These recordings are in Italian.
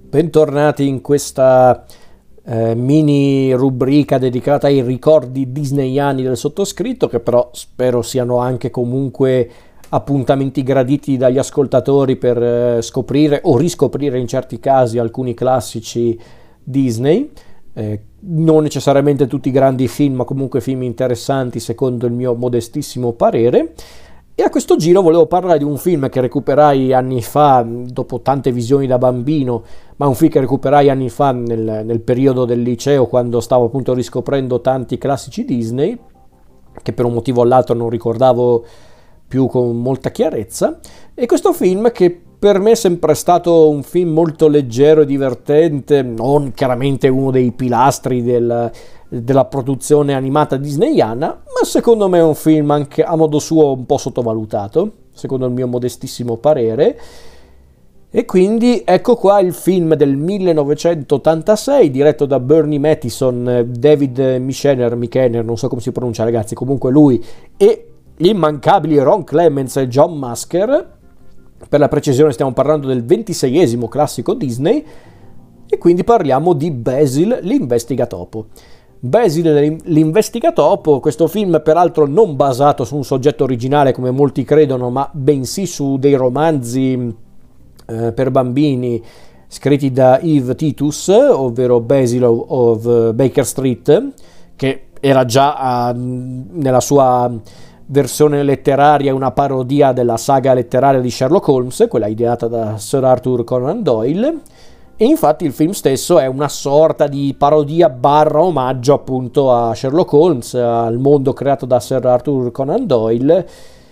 Bentornati in questa mini rubrica dedicata ai ricordi disneyani del sottoscritto, che però spero siano anche comunque appuntamenti graditi dagli ascoltatori per scoprire o riscoprire in certi casi alcuni classici Disney. Non necessariamente tutti grandi film, ma comunque film interessanti secondo il mio modestissimo parere. E a questo giro volevo parlare di un film che recuperai anni fa, dopo tante visioni da bambino, ma un film che recuperai anni fa nel periodo del liceo, quando stavo appunto riscoprendo tanti classici Disney, che per un motivo o l'altro non ricordavo più con molta chiarezza. E questo film, che per me è sempre stato un film molto leggero e divertente, non chiaramente uno dei pilastri della produzione animata disneyana, ma secondo me è un film anche a modo suo un po' sottovalutato, secondo il mio modestissimo parere. E quindi ecco qua il film del 1986, diretto da Bernie Mathison, David Michener, non so come si pronuncia ragazzi, comunque lui, e gli immancabili Ron Clements e John Musker. Per la precisione stiamo parlando del 26esimo classico Disney, e quindi parliamo di Basil l'investigatopo. Basil l'investigatopo, questo film peraltro non basato su un soggetto originale come molti credono, ma bensì su dei romanzi per bambini scritti da Yves Titus, ovvero Basil of Baker Street, che era già nella sua versione letteraria una parodia della saga letteraria di Sherlock Holmes, quella ideata da Sir Arthur Conan Doyle. E infatti il film stesso è una sorta di parodia barra omaggio appunto a Sherlock Holmes, al mondo creato da Sir Arthur Conan Doyle.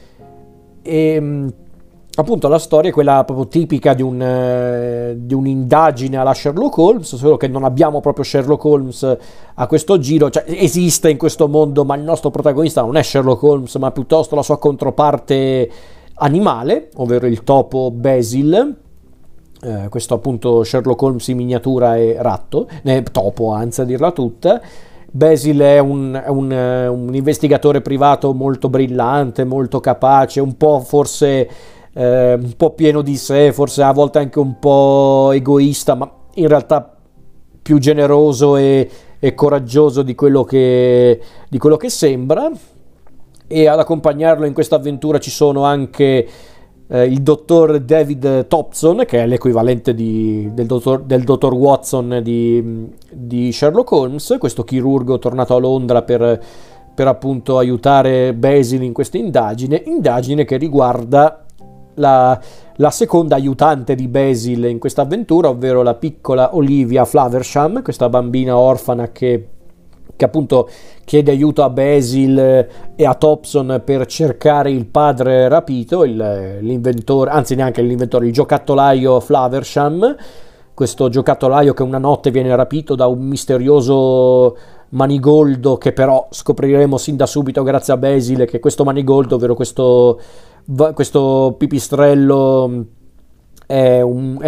E appunto la storia è quella proprio tipica di un'indagine alla Sherlock Holmes, solo che non abbiamo proprio Sherlock Holmes a questo giro, cioè esiste in questo mondo, ma il nostro protagonista non è Sherlock Holmes, ma piuttosto la sua controparte animale, ovvero il topo Basil. Questo appunto Sherlock Holmes in miniatura e ratto, topo anzi a dirla tutta. Basil è un investigatore privato molto brillante, molto capace, un po' forse un po' pieno di sé, forse a volte anche un po' egoista, ma in realtà più generoso e coraggioso di quello che sembra. E ad accompagnarlo in questa avventura ci sono anche il dottor David Thompson, che è l'equivalente del dottor Watson di Sherlock Holmes, questo chirurgo tornato a Londra per appunto aiutare Basil in questa indagine che riguarda la seconda aiutante di Basil in questa avventura, ovvero la piccola Olivia Flaversham, questa bambina orfana che appunto chiede aiuto a Basil e a Thompson per cercare il padre rapito, l'inventore, anzi neanche l'inventore, il giocattolaio Flaversham, questo giocattolaio che una notte viene rapito da un misterioso manigoldo, che però scopriremo sin da subito grazie a Basil che questo manigoldo, ovvero questo pipistrello, è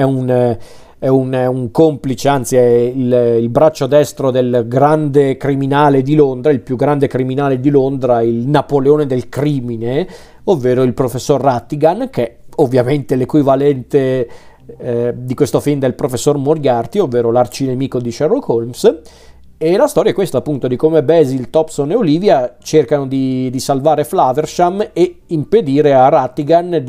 un complice, anzi è il braccio destro del grande criminale di Londra, il più grande criminale di Londra, il Napoleone del crimine, ovvero il professor Rattigan, che è ovviamente l'equivalente di questo film del professor Moriarty, ovvero l'arcinemico di Sherlock Holmes. E la storia è questa appunto, di come Basil, Thompson e Olivia cercano di salvare Flaversham e impedire a Rattigan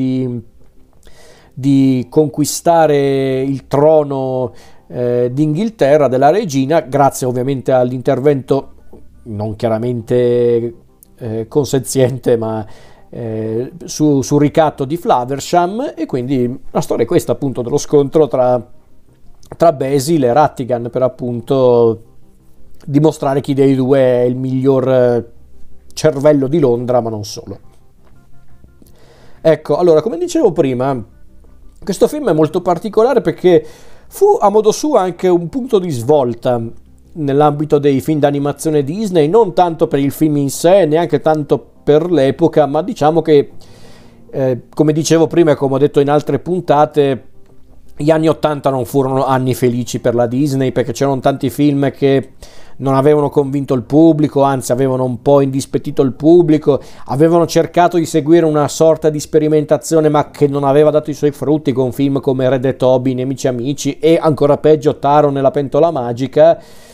di conquistare il trono d'Inghilterra, della regina, grazie ovviamente all'intervento non chiaramente consenziente, ma su ricatto di Flaversham. E quindi la storia è questa appunto, dello scontro tra Basil e Rattigan per appunto dimostrare chi dei due è il miglior cervello di Londra, ma non solo. Ecco, allora, come dicevo prima, questo film è molto particolare perché fu a modo suo anche un punto di svolta nell'ambito dei film d'animazione Disney, non tanto per il film in sé, neanche tanto per l'epoca, ma diciamo che, come dicevo prima e come ho detto in altre puntate, Gli anni 80 non furono anni felici per la Disney, perché c'erano tanti film che non avevano convinto il pubblico, anzi avevano un po' indispettito il pubblico, avevano cercato di seguire una sorta di sperimentazione ma che non aveva dato i suoi frutti, con film come Red e Toby, Nemici Amici e ancora peggio Taron e la pentola magica.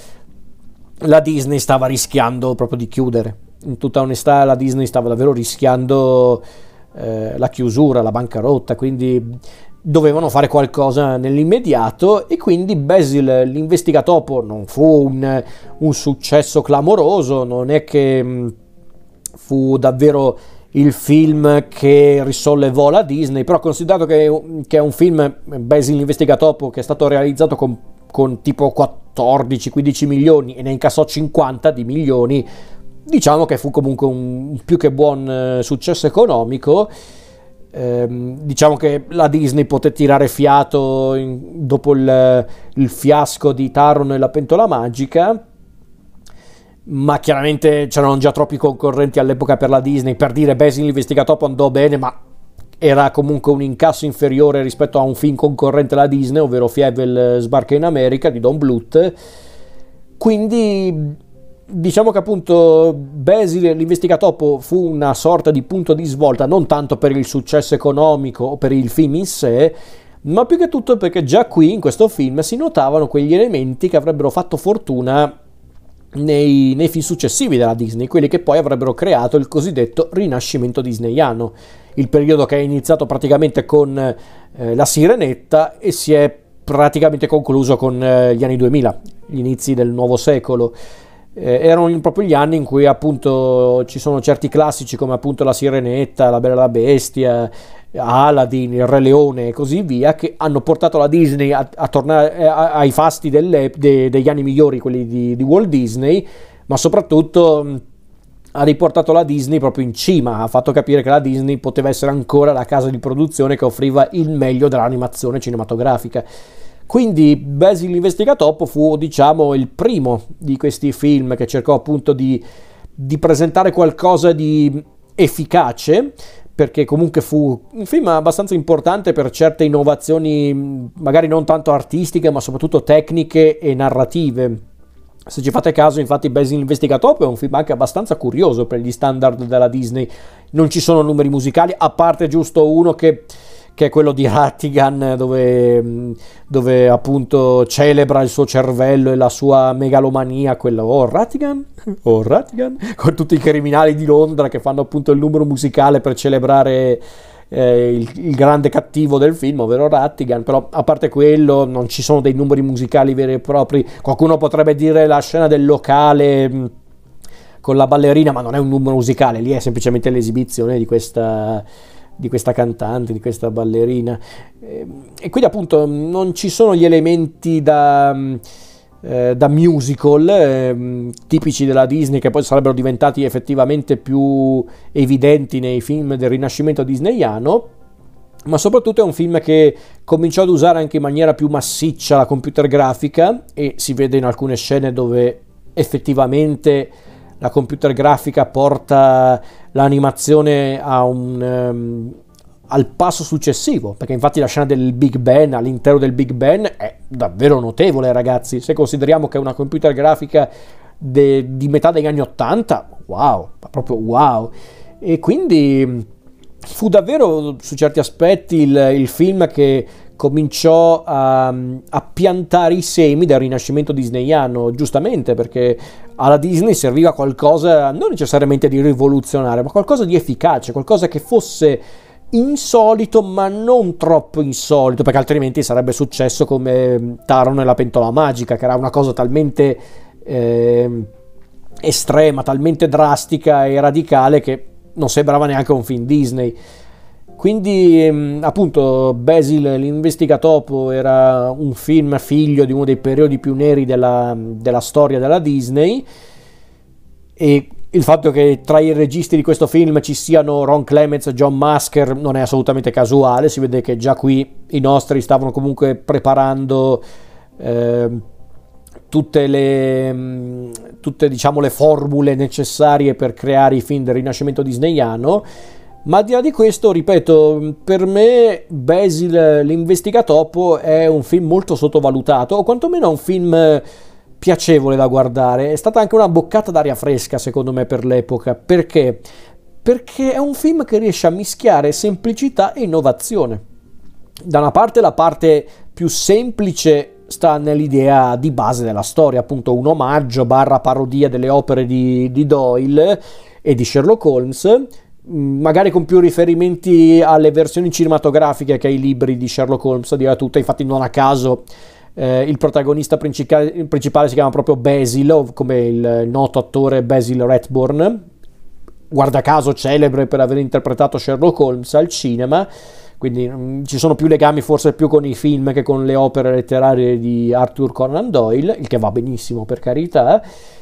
La Disney stava rischiando proprio di chiudere. In tutta onestà la Disney stava davvero rischiando la chiusura, la bancarotta, quindi dovevano fare qualcosa nell'immediato, e quindi Basil l'investigatopo non fu un successo clamoroso, non è che fu davvero il film che risollevò la Disney, però considerato che è un film, Basil l'investigatopo, che è stato realizzato con tipo 14-15 milioni e ne incassò 50 di milioni, diciamo che fu comunque un più che buon successo economico. Diciamo che la Disney poté tirare fiato dopo il fiasco di Taron e la pentola magica, ma chiaramente c'erano già troppi concorrenti all'epoca per la Disney. Per dire, Basil l'investigatopo andò bene, ma era comunque un incasso inferiore rispetto a un film concorrente alla Disney, ovvero Fievel sbarca in America di Don Bluth. Quindi diciamo che appunto Basil l'investigatopo fu una sorta di punto di svolta, non tanto per il successo economico o per il film in sé, ma più che tutto perché già qui in questo film si notavano quegli elementi che avrebbero fatto fortuna nei film successivi della Disney, quelli che poi avrebbero creato il cosiddetto rinascimento disneyano, il periodo che è iniziato praticamente con la Sirenetta e si è praticamente concluso con gli anni 2000, gli inizi del nuovo secolo. Erano proprio gli anni in cui appunto ci sono certi classici come appunto la Sirenetta, la Bella e la Bestia, Aladdin, il Re Leone e così via, che hanno portato la Disney a tornare ai fasti degli anni migliori, quelli di Walt Disney, ma soprattutto ha riportato la Disney proprio in cima, ha fatto capire che la Disney poteva essere ancora la casa di produzione che offriva il meglio dell'animazione cinematografica. Quindi Basil l'investigatopo fu, diciamo, il primo di questi film che cercò appunto di presentare qualcosa di efficace, perché comunque fu un film abbastanza importante per certe innovazioni, magari non tanto artistiche, ma soprattutto tecniche e narrative. Se ci fate caso, infatti, Basil l'investigatopo è un film anche abbastanza curioso per gli standard della Disney. Non ci sono numeri musicali, a parte giusto uno che è quello di Rattigan, dove appunto celebra il suo cervello e la sua megalomania, quello oh Rattigan, con tutti i criminali di Londra che fanno appunto il numero musicale per celebrare il grande cattivo del film, ovvero Rattigan. Però a parte quello non ci sono dei numeri musicali veri e propri. Qualcuno potrebbe dire la scena del locale con la ballerina, ma non è un numero musicale, lì è semplicemente l'esibizione di questa cantante, di questa ballerina, e quindi appunto non ci sono gli elementi da musical tipici della Disney, che poi sarebbero diventati effettivamente più evidenti nei film del rinascimento disneyano, ma soprattutto è un film che cominciò ad usare anche in maniera più massiccia la computer grafica, e si vede in alcune scene dove effettivamente la computer grafica porta l'animazione al passo successivo, perché infatti la scena del Big Ben, all'interno del Big Ben, è davvero notevole, ragazzi. Se consideriamo che è una computer grafica di metà degli anni 80, wow, proprio wow. E quindi fu davvero su certi aspetti il film che cominciò a piantare i semi del rinascimento disneyano, giustamente perché alla Disney serviva qualcosa non necessariamente di rivoluzionario, ma qualcosa di efficace, qualcosa che fosse insolito ma non troppo insolito, perché altrimenti sarebbe successo come Taron e la pentola magica, che era una cosa talmente estrema, talmente drastica e radicale che non sembrava neanche un film Disney. Quindi appunto Basil l'investigatopo era un film figlio di uno dei periodi più neri della storia della Disney, e il fatto che tra i registi di questo film ci siano Ron Clements e John Musker non è assolutamente casuale. Si vede che già qui i nostri stavano comunque preparando tutte diciamo le formule necessarie per creare i film del rinascimento disneyano. Ma al di là di questo, ripeto, per me Basil l'investigatopo è un film molto sottovalutato, o quantomeno è un film piacevole da guardare. È stata anche una boccata d'aria fresca, secondo me, per l'epoca. Perché? Perché è un film che riesce a mischiare semplicità e innovazione. Da una parte la parte più semplice sta nell'idea di base della storia, appunto un omaggio barra parodia delle opere di Doyle e di Sherlock Holmes, magari con più riferimenti alle versioni cinematografiche che ai libri di Sherlock Holmes, a dire tutto. Infatti non a caso il protagonista principale si chiama proprio Basil, come il noto attore Basil Rathbone, guarda caso celebre per aver interpretato Sherlock Holmes al cinema. Quindi ci sono più legami forse più con i film che con le opere letterarie di Arthur Conan Doyle, il che va benissimo, per carità.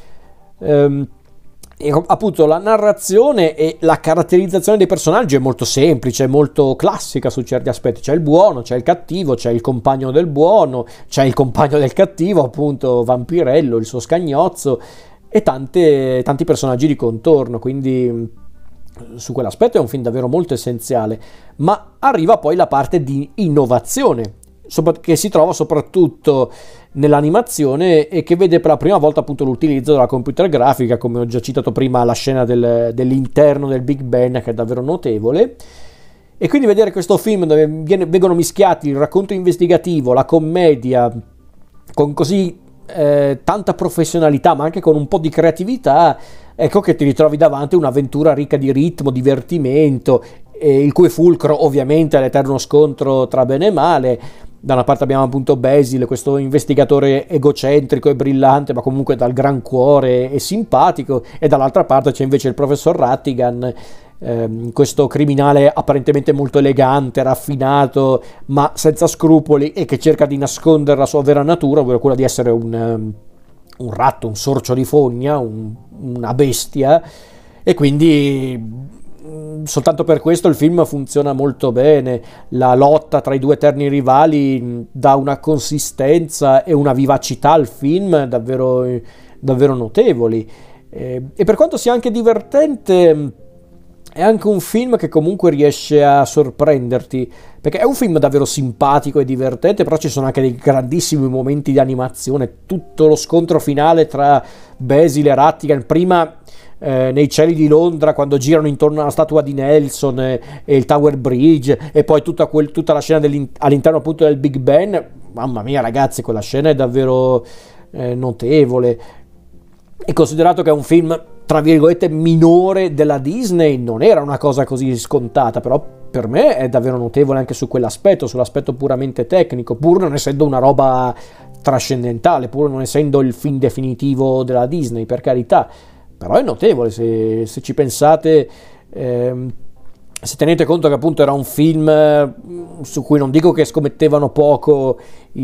E appunto la narrazione e la caratterizzazione dei personaggi è molto semplice, molto classica su certi aspetti. C'è il buono, c'è il cattivo, c'è il compagno del buono, c'è il compagno del cattivo, appunto Vampirello, il suo scagnozzo, e tanti personaggi di contorno. Quindi su quell'aspetto è un film davvero molto essenziale. Ma arriva poi la parte di innovazione, che si trova soprattutto nell'animazione e che vede per la prima volta appunto l'utilizzo della computer grafica, come ho già citato prima la scena dell'interno del Big Ben, che è davvero notevole. E quindi vedere questo film dove vengono mischiati il racconto investigativo, la commedia, con così tanta professionalità ma anche con un po' di creatività, ecco che ti ritrovi davanti un'avventura ricca di ritmo, divertimento, il cui fulcro ovviamente è l'eterno scontro tra bene e male. Da una parte abbiamo appunto Basil, questo investigatore egocentrico e brillante, ma comunque dal gran cuore e simpatico, e dall'altra parte c'è invece il professor Rattigan, questo criminale apparentemente molto elegante, raffinato, ma senza scrupoli, e che cerca di nascondere la sua vera natura, ovvero quella di essere un ratto, un sorcio di fogna, una bestia. E quindi soltanto per questo il film funziona molto bene. La lotta tra i due eterni rivali dà una consistenza e una vivacità al film davvero, davvero notevoli. E per quanto sia anche divertente, è anche un film che comunque riesce a sorprenderti, perché è un film davvero simpatico e divertente, però ci sono anche dei grandissimi momenti di animazione. Tutto lo scontro finale tra Basil e Rattigan, prima nei cieli di Londra, quando girano intorno alla statua di Nelson e il Tower Bridge, e poi tutta la scena all'interno appunto del Big Ben. Mamma mia ragazzi, quella scena è davvero notevole. E considerato che è un film tra virgolette minore della Disney, non era una cosa così scontata, però per me è davvero notevole anche su quell'aspetto, sull'aspetto puramente tecnico, pur non essendo una roba trascendentale, pur non essendo il film definitivo della Disney, per carità. Però è notevole se ci pensate, se tenete conto che appunto era un film su cui non dico che scommettevano poco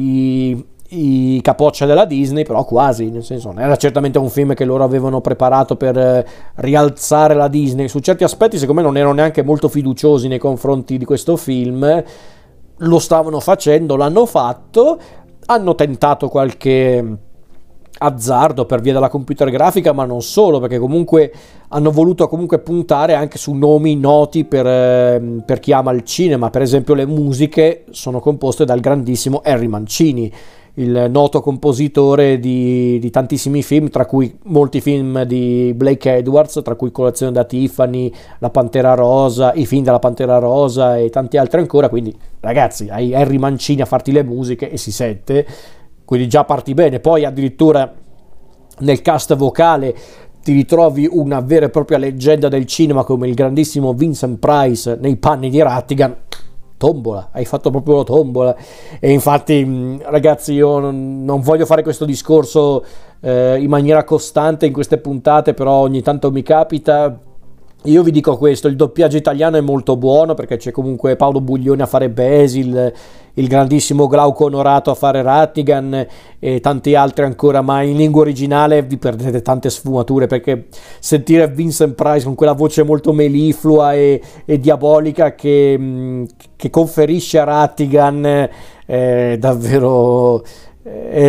i capoccia della Disney, però quasi, nel senso non era certamente un film che loro avevano preparato per rialzare la Disney. Su certi aspetti secondo me non erano neanche molto fiduciosi nei confronti di questo film. Lo stavano facendo, l'hanno fatto, hanno tentato qualche azzardo per via della computer grafica, ma non solo, perché comunque hanno voluto comunque puntare anche su nomi noti per chi ama il cinema. Per esempio le musiche sono composte dal grandissimo Henry Mancini, il noto compositore di tantissimi film, tra cui molti film di Blake Edwards, tra cui Colazione da Tiffany, La Pantera Rosa, i film della Pantera Rosa e tanti altri ancora. Quindi ragazzi, hai Henry Mancini a farti le musiche e si sente, quindi già parti bene. Poi addirittura nel cast vocale ti ritrovi una vera e propria leggenda del cinema come il grandissimo Vincent Price nei panni di Rattigan. Tombola, hai fatto proprio la tombola. E infatti ragazzi, io non voglio fare questo discorso in maniera costante in queste puntate, però ogni tanto mi capita. Io vi dico questo: il doppiaggio italiano è molto buono, perché c'è comunque Paolo Buglioni a fare Basil, il grandissimo Glauco Onorato a fare Rattigan e tanti altri ancora, ma in lingua originale vi perdete tante sfumature, perché sentire Vincent Price con quella voce molto meliflua e diabolica che conferisce a Rattigan è davvero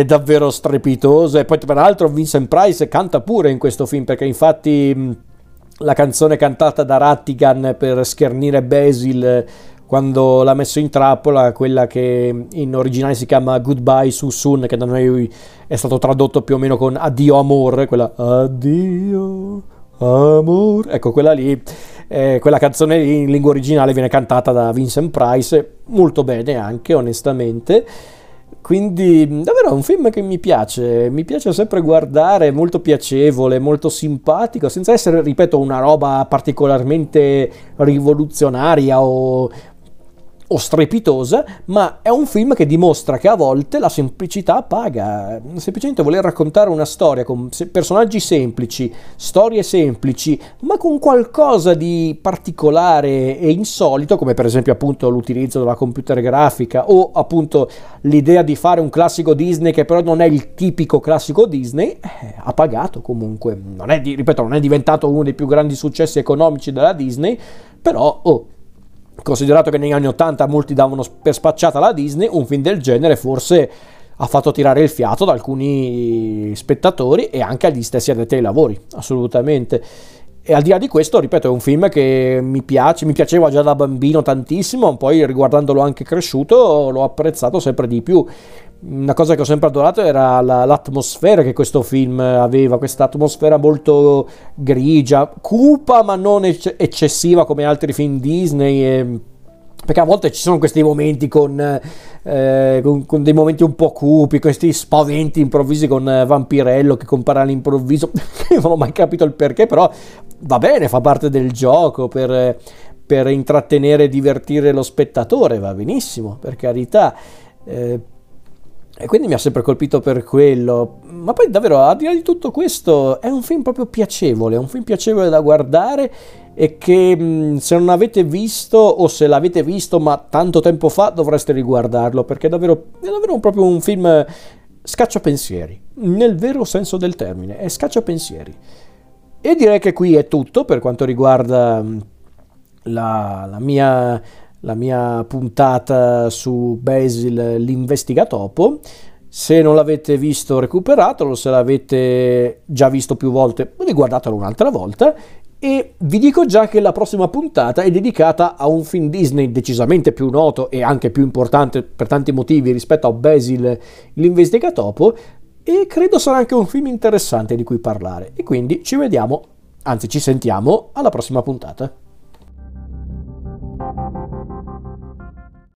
strepitoso. E poi peraltro Vincent Price canta pure in questo film, perché infatti la canzone cantata da Rattigan per schernire Basil quando l'ha messo in trappola, quella che in originale si chiama Goodbye So Soon, che da noi è stato tradotto più o meno con Addio Amor, quella Addio Amor, ecco quella lì, quella canzone lì in lingua originale viene cantata da Vincent Price, molto bene anche onestamente. Quindi davvero è un film che mi piace sempre guardare, è molto piacevole, molto simpatico, senza essere, ripeto, una roba particolarmente rivoluzionaria o strepitosa, ma è un film che dimostra che a volte la semplicità paga. Semplicemente voler raccontare una storia con personaggi semplici, storie semplici, ma con qualcosa di particolare e insolito, come per esempio appunto l'utilizzo della computer grafica o appunto l'idea di fare un classico Disney che però non è il tipico classico Disney, ha pagato comunque. Non è, ripeto, non è diventato uno dei più grandi successi economici della Disney, però considerato che negli anni 80 molti davano per spacciata la Disney, un film del genere forse ha fatto tirare il fiato da alcuni spettatori e anche agli stessi addetti ai lavori, assolutamente. E al di là di questo, ripeto, è un film che mi piaceva già da bambino tantissimo, poi riguardandolo anche cresciuto l'ho apprezzato sempre di più. Una cosa che ho sempre adorato era l'atmosfera che questo film aveva, questa atmosfera molto grigia, cupa ma non eccessiva come altri film Disney, perché a volte ci sono questi momenti con dei momenti un po' cupi, questi spaventi improvvisi con Vampirello che compare all'improvviso, non ho mai capito il perché, però va bene, fa parte del gioco per intrattenere e divertire lo spettatore, va benissimo, per carità. E quindi mi ha sempre colpito per quello, ma poi davvero al di là di tutto questo è un film proprio piacevole, è un film piacevole da guardare e che se non avete visto o se l'avete visto ma tanto tempo fa dovreste riguardarlo, perché è davvero proprio un film scacciapensieri, nel vero senso del termine, è scacciapensieri. E direi che qui è tutto per quanto riguarda la mia puntata su Basil l'investigatopo. Se non l'avete visto, recuperatelo, se l'avete già visto più volte, riguardatelo un'altra volta. E vi dico già che la prossima puntata è dedicata a un film Disney decisamente più noto e anche più importante per tanti motivi rispetto a Basil l'investigatopo, e credo sarà anche un film interessante di cui parlare. E quindi ci vediamo, anzi ci sentiamo alla prossima puntata.